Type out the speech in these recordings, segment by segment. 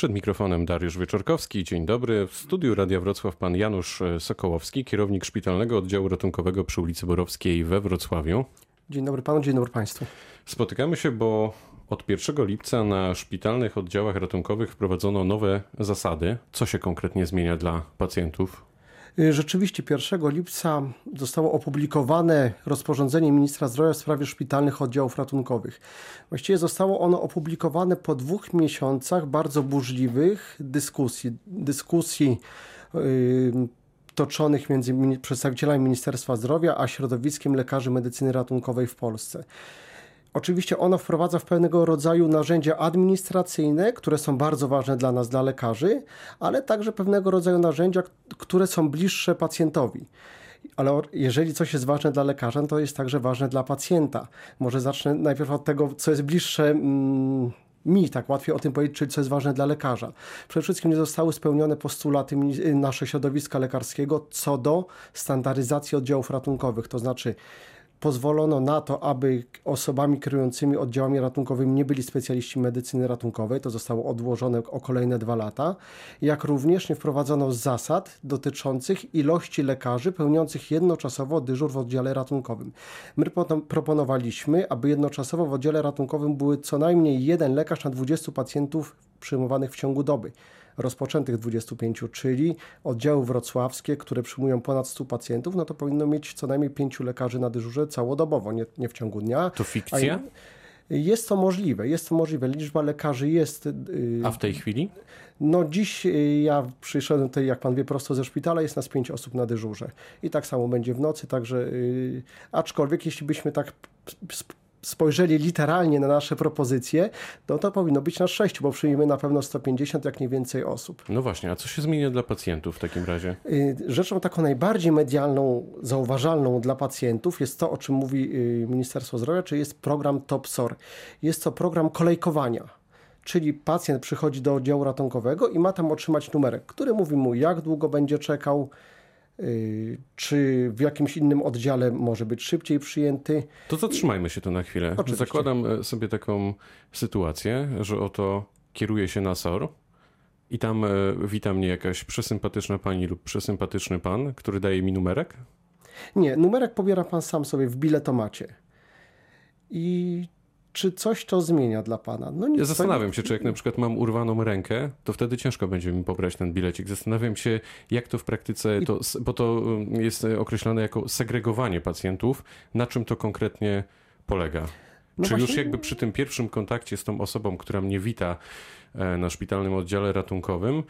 Przed mikrofonem Dariusz Wieczorkowski. Dzień dobry. W studiu Radia Wrocław pan Janusz Sokołowski, kierownik Szpitalnego Oddziału Ratunkowego przy ulicy Borowskiej we Wrocławiu. Dzień dobry panu, dzień dobry państwu. Spotykamy się, bo od 1 lipca na szpitalnych oddziałach ratunkowych wprowadzono nowe zasady. Co się konkretnie zmienia dla pacjentów? Rzeczywiście 1 lipca zostało opublikowane rozporządzenie ministra zdrowia w sprawie szpitalnych oddziałów ratunkowych. Właściwie zostało ono opublikowane po 2 miesiącach bardzo burzliwych dyskusji toczonych między przedstawicielami Ministerstwa Zdrowia a środowiskiem lekarzy medycyny ratunkowej w Polsce. Oczywiście ono wprowadza w pewnego rodzaju narzędzia administracyjne, które są bardzo ważne dla nas, dla lekarzy, ale także pewnego rodzaju narzędzia, które są bliższe pacjentowi. Ale jeżeli coś jest ważne dla lekarza, to jest także ważne dla pacjenta. Może zacznę najpierw od tego, co jest bliższe mi, tak łatwiej o tym powiedzieć, czyli co jest ważne dla lekarza. Przede wszystkim nie zostały spełnione postulaty naszego środowiska lekarskiego co do standaryzacji oddziałów ratunkowych, to znaczy pozwolono na to, aby osobami kierującymi oddziałami ratunkowymi nie byli specjaliści medycyny ratunkowej, to zostało odłożone o kolejne 2 lata, jak również nie wprowadzono zasad dotyczących ilości lekarzy pełniących jednoczasowo dyżur w oddziale ratunkowym. My proponowaliśmy, aby jednoczasowo w oddziale ratunkowym były co najmniej 1 lekarz na 20 pacjentów przyjmowanych w ciągu doby. Rozpoczętych 25, czyli oddziały wrocławskie, które przyjmują ponad 100 pacjentów, no to powinno mieć co najmniej 5 lekarzy na dyżurze całodobowo, nie w ciągu dnia. To fikcja? Jest to możliwe. Liczba lekarzy jest... A w tej chwili? No dziś ja przyszedłem tutaj, jak pan wie, prosto ze szpitala, jest nas 5 osób na dyżurze. I tak samo będzie w nocy, także aczkolwiek jeśli byśmy tak spojrzeli literalnie na nasze propozycje, to powinno być nas 6, bo przyjmiemy na pewno 150, jak nie więcej osób. No właśnie, a co się zmienia dla pacjentów w takim razie? Rzeczą taką najbardziej medialną, zauważalną dla pacjentów jest to, o czym mówi Ministerstwo Zdrowia, czyli jest program TOP-SOR. Jest to program kolejkowania. Czyli pacjent przychodzi do oddziału ratunkowego i ma tam otrzymać numerek, który mówi mu, jak długo będzie czekał, czy w jakimś innym oddziale może być szybciej przyjęty. To zatrzymajmy się tu na chwilę. Oczywiście. Zakładam sobie taką sytuację, że oto kieruję się na SOR i tam wita mnie jakaś przesympatyczna pani lub przesympatyczny pan, który daje mi numerek? Nie, numerek pobiera pan sam sobie w biletomacie. I czy coś to zmienia dla pana? No nic. Ja zastanawiam się, czy jak na przykład mam urwaną rękę, to wtedy ciężko będzie mi pobrać ten bilecik. Zastanawiam się, jak to w praktyce, bo to jest określone jako segregowanie pacjentów, na czym to konkretnie polega? No czy właśnie... już jakby przy tym pierwszym kontakcie z tą osobą, która mnie wita na szpitalnym oddziale ratunkowym,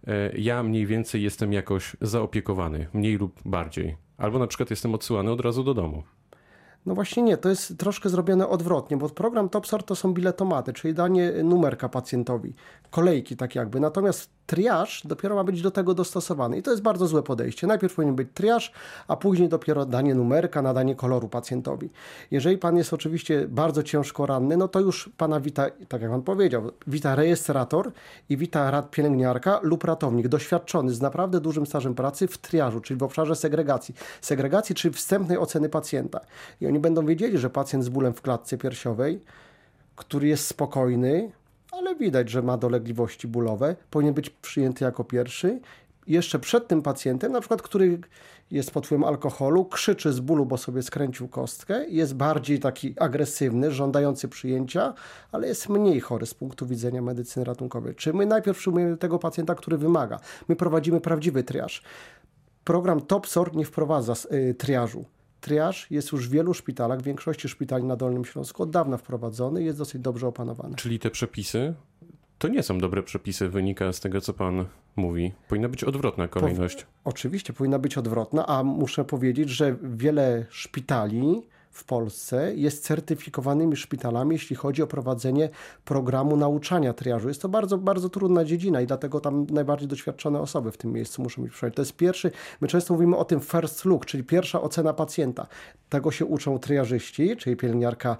ja mniej więcej jestem jakoś zaopiekowany, mniej lub bardziej. Albo na przykład jestem odsyłany od razu do domu. No właśnie nie, to jest troszkę zrobione odwrotnie, bo program TOP-SOR to są biletomaty, czyli danie numerka pacjentowi, kolejki tak jakby. Natomiast triaż dopiero ma być do tego dostosowany i to jest bardzo złe podejście. Najpierw powinien być triaż, a później dopiero danie numerka, nadanie koloru pacjentowi. Jeżeli pan jest oczywiście bardzo ciężko ranny, no to już pana wita, tak jak pan powiedział, wita rejestrator i wita pielęgniarka lub ratownik doświadczony z naprawdę dużym stażem pracy w triażu, czyli w obszarze segregacji. Segregacji, czyli wstępnej oceny pacjenta. I oni będą wiedzieli, że pacjent z bólem w klatce piersiowej, który jest spokojny, ale widać, że ma dolegliwości bólowe, powinien być przyjęty jako pierwszy. Jeszcze przed tym pacjentem, na przykład, który jest pod wpływem alkoholu, krzyczy z bólu, bo sobie skręcił kostkę, jest bardziej taki agresywny, żądający przyjęcia, ale jest mniej chory z punktu widzenia medycyny ratunkowej. Czy my najpierw przyjmujemy tego pacjenta, który wymaga? My prowadzimy prawdziwy triaż. Program TOP-SOR nie wprowadza triażu. Triaż jest już w wielu szpitalach, w większości szpitali na Dolnym Śląsku od dawna wprowadzony i jest dosyć dobrze opanowany. Czyli te przepisy to nie są dobre przepisy, wynika z tego, co pan mówi. Powinna być odwrotna kolejność. Oczywiście powinna być odwrotna, a muszę powiedzieć, że wiele szpitali w Polsce jest certyfikowanymi szpitalami, jeśli chodzi o prowadzenie programu nauczania triażu. Jest to bardzo, bardzo trudna dziedzina i dlatego tam najbardziej doświadczone osoby w tym miejscu muszą być przyjęte. To jest pierwszy, my często mówimy o tym first look, czyli pierwsza ocena pacjenta. Tego się uczą triażyści, czyli pielęgniarka,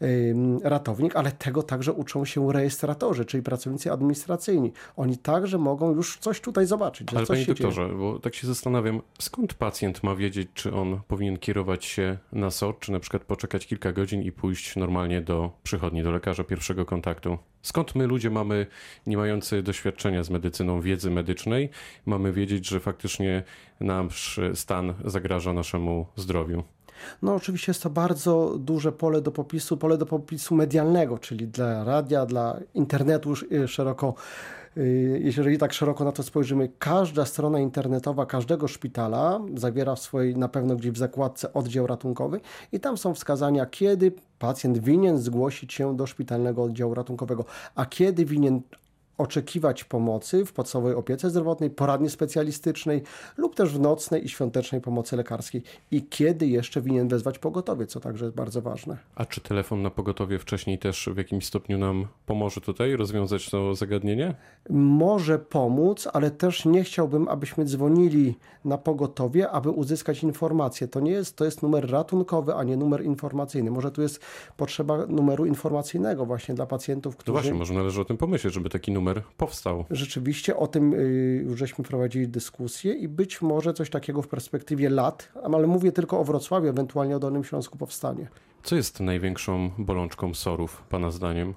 ratownik, ale tego także uczą się rejestratorzy, czyli pracownicy administracyjni. Oni także mogą już coś tutaj zobaczyć. Ale panie doktorze, bo tak się zastanawiam, skąd pacjent ma wiedzieć, czy on powinien kierować się na SOR, czy na przykład poczekać kilka godzin i pójść normalnie do przychodni, do lekarza pierwszego kontaktu. Skąd my, ludzie nie mający doświadczenia z medycyną, wiedzy medycznej, mamy wiedzieć, że faktycznie nasz stan zagraża naszemu zdrowiu? No oczywiście jest to bardzo duże pole do popisu medialnego, czyli dla radia, dla internetu już szeroko. Jeżeli tak szeroko na to spojrzymy, każda strona internetowa każdego szpitala zawiera w swojej, na pewno gdzieś w zakładce, oddział ratunkowy i tam są wskazania, kiedy pacjent winien zgłosić się do szpitalnego oddziału ratunkowego, a kiedy winien oczekiwać pomocy w podstawowej opiece zdrowotnej, poradni specjalistycznej lub też w nocnej i świątecznej pomocy lekarskiej i kiedy jeszcze winien wezwać pogotowie, co także jest bardzo ważne. A czy telefon na pogotowie wcześniej też w jakimś stopniu nam pomoże tutaj rozwiązać to zagadnienie? Może pomóc, ale też nie chciałbym, abyśmy dzwonili na pogotowie, aby uzyskać informację. To jest numer ratunkowy, a nie numer informacyjny. Może tu jest potrzeba numeru informacyjnego właśnie dla pacjentów, którzy... No właśnie, może należy o tym pomyśleć, żeby taki numer powstał. Rzeczywiście o tym już żeśmy prowadzili dyskusję i być może coś takiego w perspektywie lat, ale mówię tylko o Wrocławiu, ewentualnie o Dolnym Śląsku powstanie. Co jest największą bolączką SOR-ów, pana zdaniem?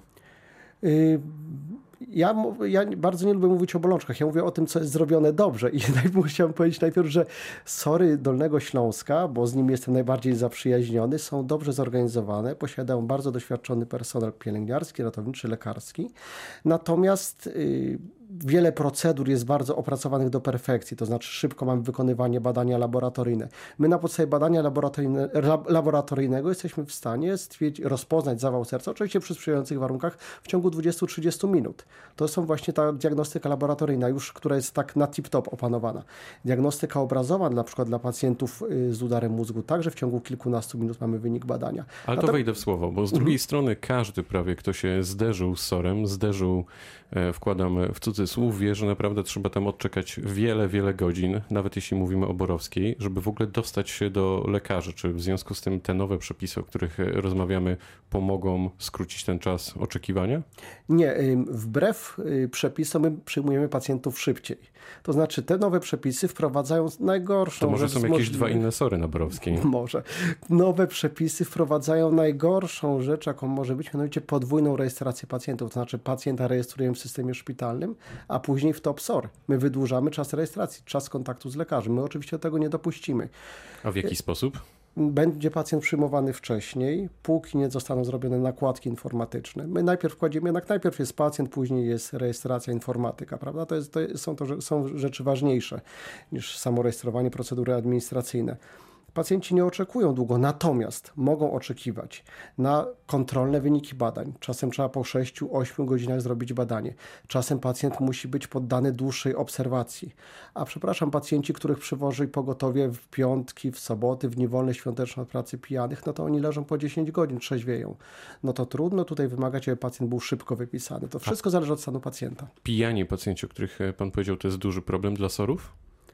Ja bardzo nie lubię mówić o bolączkach. Ja mówię o tym, co jest zrobione dobrze. I chciałem powiedzieć najpierw, że SOR-y Dolnego Śląska, bo z nimi jestem najbardziej zaprzyjaźniony, są dobrze zorganizowane, posiadają bardzo doświadczony personel pielęgniarski, ratowniczy, lekarski. Natomiast wiele procedur jest bardzo opracowanych do perfekcji, to znaczy szybko mamy wykonywanie badania laboratoryjne. My na podstawie badania laboratoryjnego jesteśmy w stanie rozpoznać zawał serca, oczywiście przy sprzyjających warunkach, w ciągu 20-30 minut. To są właśnie ta diagnostyka laboratoryjna już, która jest tak na tip-top opanowana. Diagnostyka obrazowa, na przykład dla pacjentów z udarem mózgu, także w ciągu kilkunastu minut mamy wynik badania. Ale to wejdę w słowo, bo z drugiej strony każdy prawie, kto się zderzył z SOR-em, wkładam w cudzysłów, wie, że naprawdę trzeba tam odczekać wiele, wiele godzin, nawet jeśli mówimy o Borowskiej, żeby w ogóle dostać się do lekarzy. Czy w związku z tym te nowe przepisy, o których rozmawiamy, pomogą skrócić ten czas oczekiwania? Nie, wbrew przepisom my przyjmujemy pacjentów szybciej. To znaczy te nowe przepisy wprowadzają najgorszą... To może są jakieś dwa inne SOR-y na Borowskiej? Może. Nowe przepisy wprowadzają najgorszą rzecz, jaką może być, mianowicie podwójną rejestrację pacjentów. To znaczy pacjenta rejestrujemy w systemie szpitalnym, a później w TOP SOR. My wydłużamy czas rejestracji, czas kontaktu z lekarzem. My oczywiście tego nie dopuścimy. A w jaki sposób? Będzie pacjent przyjmowany wcześniej, póki nie zostaną zrobione nakładki informatyczne. My najpierw najpierw jest pacjent, później jest rejestracja, informatyka, prawda? Są rzeczy ważniejsze niż samo rejestrowanie, procedury administracyjne. Pacjenci nie oczekują długo, natomiast mogą oczekiwać na kontrolne wyniki badań. Czasem trzeba po 6-8 godzinach zrobić badanie. Czasem pacjent musi być poddany dłuższej obserwacji. A przepraszam, pacjenci, których przywoży pogotowie w piątki, w soboty, w dni wolne świąteczne od pracy pijanych, no to oni leżą po 10 godzin, trzeźwieją. No to trudno tutaj wymagać, aby pacjent był szybko wypisany. To wszystko zależy od stanu pacjenta. Pijanie pacjenci, o których pan powiedział, to jest duży problem dla SOR-ów?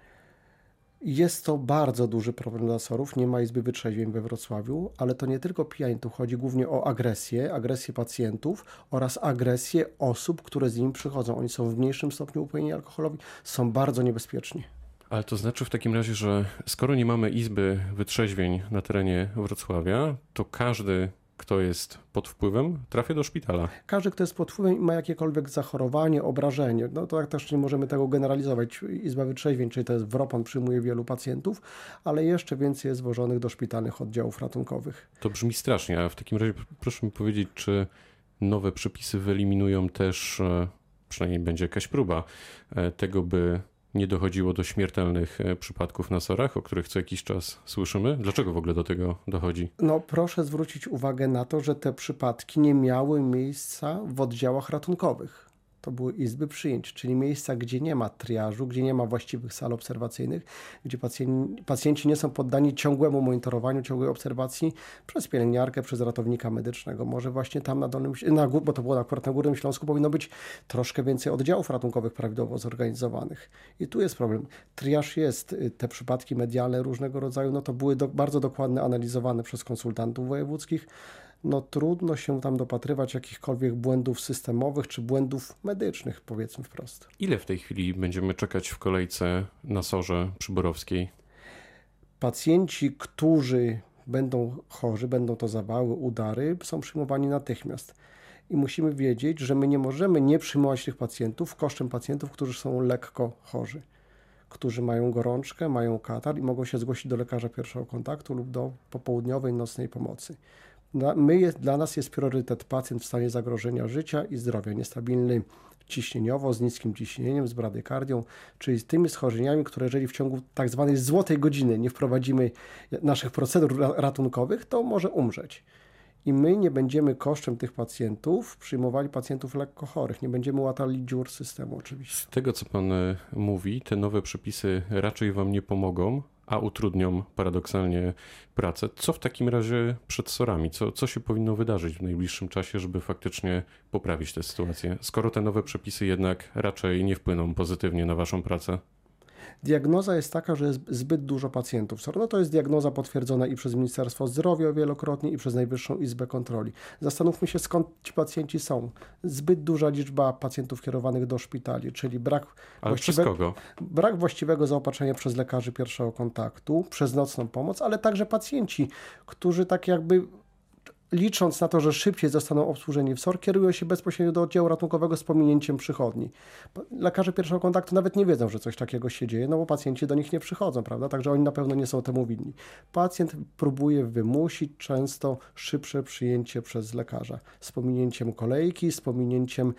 Jest to bardzo duży problem dla SOR-ów, nie ma izby wytrzeźwień we Wrocławiu, ale to nie tylko pijanie, tu chodzi głównie o agresję pacjentów oraz agresję osób, które z nimi przychodzą. Oni są w mniejszym stopniu upojeni alkoholowi, są bardzo niebezpieczni. Ale to znaczy w takim razie, że skoro nie mamy izby wytrzeźwień na terenie Wrocławia, to każdy, kto jest pod wpływem, trafia do szpitala. Każdy, kto jest pod wpływem i ma jakiekolwiek zachorowanie, obrażenie, no to też nie możemy tego generalizować. Izba wytrzeźwień, czyli to jest WROPON, przyjmuje wielu pacjentów, ale jeszcze więcej jest wożonych do szpitalnych oddziałów ratunkowych. To brzmi strasznie, a w takim razie proszę mi powiedzieć, czy nowe przepisy wyeliminują też, przynajmniej będzie jakaś próba tego, by nie dochodziło do śmiertelnych przypadków na SOR-ach, o których co jakiś czas słyszymy? Dlaczego w ogóle do tego dochodzi? No proszę zwrócić uwagę na to, że te przypadki nie miały miejsca w oddziałach ratunkowych. To były izby przyjęć, czyli miejsca, gdzie nie ma triażu, gdzie nie ma właściwych sal obserwacyjnych, gdzie pacjenci nie są poddani ciągłemu monitorowaniu, ciągłej obserwacji przez pielęgniarkę, przez ratownika medycznego. Może właśnie tam bo to było akurat na Górnym Śląsku, powinno być troszkę więcej oddziałów ratunkowych prawidłowo zorganizowanych. I tu jest problem. Triaż jest, te przypadki medialne różnego rodzaju, no to były bardzo dokładnie analizowane przez konsultantów wojewódzkich. No trudno się tam dopatrywać jakichkolwiek błędów systemowych czy błędów medycznych, powiedzmy wprost. Ile w tej chwili będziemy czekać w kolejce na SOR-ze przy Borowskiej? Pacjenci, którzy będą chorzy, będą to zawały, udary, są przyjmowani natychmiast. I musimy wiedzieć, że my nie możemy nie przyjmować tych pacjentów kosztem pacjentów, którzy są lekko chorzy, którzy mają gorączkę, mają katar i mogą się zgłosić do lekarza pierwszego kontaktu lub do popołudniowej, nocnej pomocy. Dla nas jest priorytet pacjent w stanie zagrożenia życia i zdrowia, niestabilny ciśnieniowo, z niskim ciśnieniem, z bradykardią, czyli z tymi schorzeniami, które jeżeli w ciągu tak zwanej złotej godziny nie wprowadzimy naszych procedur ratunkowych, to może umrzeć. I my nie będziemy kosztem tych pacjentów przyjmowali pacjentów lekko chorych, nie będziemy łatali dziur systemu oczywiście. Z tego, co pan mówi, te nowe przepisy raczej wam nie pomogą, a utrudnią paradoksalnie pracę. Co w takim razie przed SOR-ami? Co się powinno wydarzyć w najbliższym czasie, żeby faktycznie poprawić tę sytuację, skoro te nowe przepisy jednak raczej nie wpłyną pozytywnie na waszą pracę? Diagnoza jest taka, że jest zbyt dużo pacjentów SOR. No to jest diagnoza potwierdzona i przez Ministerstwo Zdrowia wielokrotnie i przez Najwyższą Izbę Kontroli. Zastanówmy się, skąd ci pacjenci są. Zbyt duża liczba pacjentów kierowanych do szpitali, czyli brak właściwego zaopatrzenia przez lekarzy pierwszego kontaktu, przez nocną pomoc, ale także pacjenci, którzy tak jakby licząc na to, że szybciej zostaną obsłużeni w SOR, kierują się bezpośrednio do oddziału ratunkowego z pominięciem przychodni. Lekarze pierwszego kontaktu nawet nie wiedzą, że coś takiego się dzieje, no bo pacjenci do nich nie przychodzą, prawda? Także oni na pewno nie są temu winni. Pacjent próbuje wymusić często szybsze przyjęcie przez lekarza z pominięciem kolejki, z pominięciem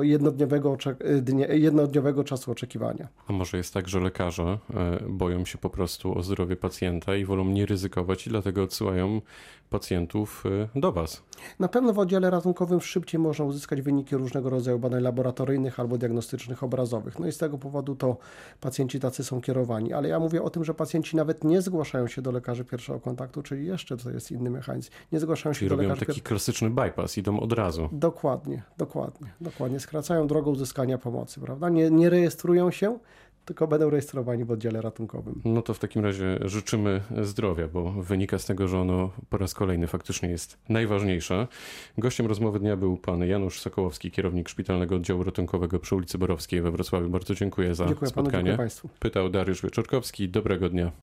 jednodniowego czasu oczekiwania. A może jest tak, że lekarze boją się po prostu o zdrowie pacjenta i wolą nie ryzykować i dlatego odsyłają pacjentów do was? Na pewno w oddziale ratunkowym szybciej można uzyskać wyniki różnego rodzaju badań laboratoryjnych albo diagnostycznych, obrazowych. No i z tego powodu to pacjenci tacy są kierowani. Ale ja mówię o tym, że pacjenci nawet nie zgłaszają się do lekarzy pierwszego kontaktu, czyli jeszcze to jest inny mechanizm. Nie zgłaszają się do lekarzy. Robią taki klasyczny bypass, idą od razu. Dokładnie. Skracają drogę uzyskania pomocy, prawda? Nie rejestrują się, tylko będą rejestrowani w oddziale ratunkowym. No to w takim razie życzymy zdrowia, bo wynika z tego, że ono po raz kolejny faktycznie jest najważniejsze. Gościem rozmowy dnia był pan Janusz Sokołowski, kierownik Szpitalnego Oddziału Ratunkowego przy ulicy Borowskiej we Wrocławiu. Bardzo dziękuję za spotkanie. Dziękuję Państwu. Pytał Dariusz Wieczorkowski. Dobrego dnia.